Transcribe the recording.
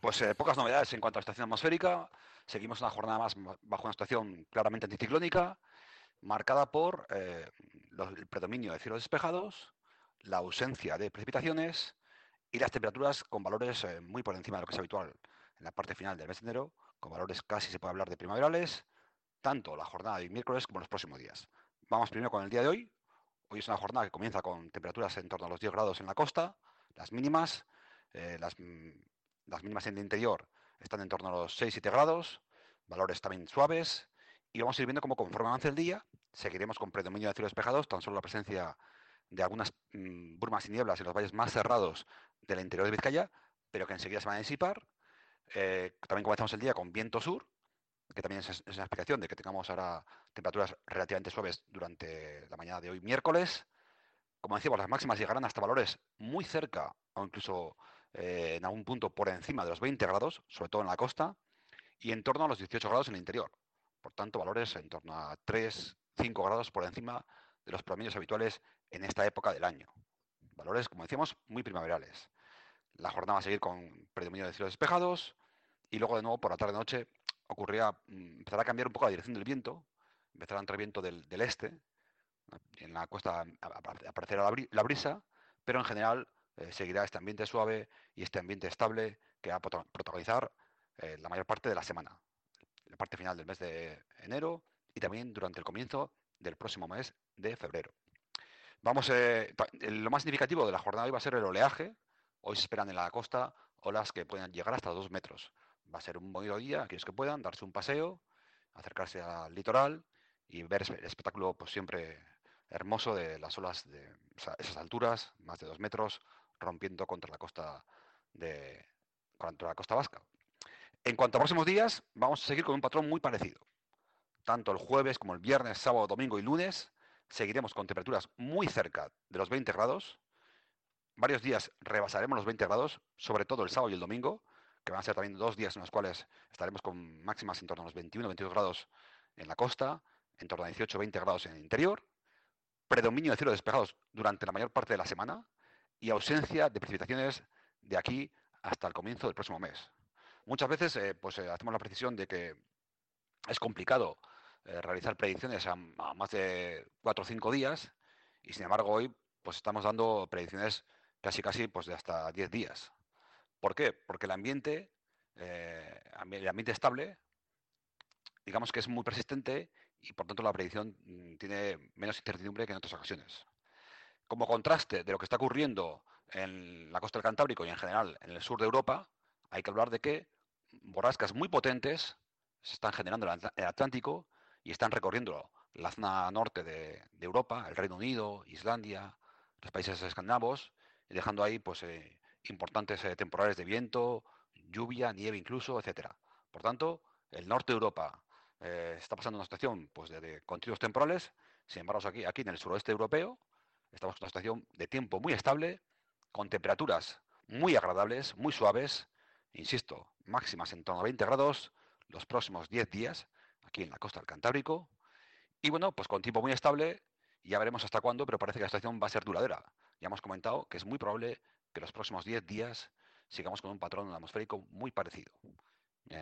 Pues pocas novedades en cuanto a la situación atmosférica. Seguimos una jornada más bajo una situación claramente anticiclónica, marcada por el predominio de cielos despejados, la ausencia de precipitaciones y las temperaturas con valores muy por encima de lo que es habitual en la parte final del mes de enero, con valores casi se puede hablar de primaverales, tanto la jornada de miércoles como los próximos días. Vamos primero con el día de hoy. Hoy es una jornada que comienza con temperaturas en torno a los 10 grados en la costa, las mínimas, eh, las, mm, las mínimas en el interior están en torno a los 6-7 grados, valores también suaves, y vamos a ir viendo cómo conforme avance el día, seguiremos con predominio de cielos despejados, tan solo la presencia de algunas brumas y nieblas en los valles más cerrados del interior de Vizcaya, pero que enseguida se van a disipar. También comenzamos el día con viento sur, que también es una explicación de que tengamos ahora temperaturas relativamente suaves durante la mañana de hoy miércoles. Como decíamos, las máximas llegarán hasta valores muy cerca o incluso en algún punto por encima de los 20 grados, sobre todo en la costa, y en torno a los 18 grados en el interior. Por tanto, valores en torno a 3-5 grados por encima de los promedios habituales en esta época del año. Valores, como decíamos, muy primaverales. La jornada va a seguir con predominio de cielos despejados y luego de nuevo por la tarde-noche empezará a cambiar un poco la dirección del viento, empezará a entrar viento del este, en la costa aparecerá la brisa, pero en general seguirá este ambiente suave y este ambiente estable que va a protagonizar la mayor parte de la semana, la parte final del mes de enero y también durante el comienzo del próximo mes de febrero. Lo más significativo de la jornada hoy va a ser el oleaje. Hoy se esperan en la costa olas que puedan llegar hasta 2 metros. Va a ser un bonito día, aquellos que puedan, darse un paseo, acercarse al litoral y ver el espectáculo pues siempre hermoso de las olas de esas alturas, más de 2 metros, rompiendo de, contra la costa vasca. En cuanto a próximos días, vamos a seguir con un patrón muy parecido. Tanto el jueves como el viernes, sábado, domingo y lunes seguiremos con temperaturas muy cerca de los 20 grados. Varios días rebasaremos los 20 grados, sobre todo el sábado y el domingo, que van a ser también 2 días en los cuales estaremos con máximas en torno a los 21-22 grados en la costa, en torno a 18-20 grados en el interior, predominio de cielos despejados durante la mayor parte de la semana y ausencia de precipitaciones de aquí hasta el comienzo del próximo mes. Muchas veces hacemos la precisión de que es complicado realizar predicciones a más de 4 o 5 días y sin embargo hoy pues estamos dando predicciones casi casi pues de hasta 10 días. ¿Por qué? Porque el ambiente estable, digamos que es muy persistente y por tanto la predicción tiene menos incertidumbre que en otras ocasiones. Como contraste de lo que está ocurriendo en la costa del Cantábrico y en general en el sur de Europa, hay que hablar de que borrascas muy potentes se están generando en el Atlántico y están recorriendo la zona norte de Europa, el Reino Unido, Islandia, los países escandinavos, y dejando ahí pues, importantes temporales de viento, lluvia, nieve incluso, etcétera. Por tanto, el norte de Europa está pasando una situación pues, de continuos temporales, sin embargo aquí en el suroeste europeo estamos en una situación de tiempo muy estable, con temperaturas muy agradables, muy suaves, insisto, máximas en torno a 20 grados los próximos 10 días, aquí en la costa del Cantábrico. Y bueno, pues con tiempo muy estable, ya veremos hasta cuándo, pero parece que la situación va a ser duradera. Ya hemos comentado que es muy probable que los próximos 10 días sigamos con un patrón atmosférico muy parecido.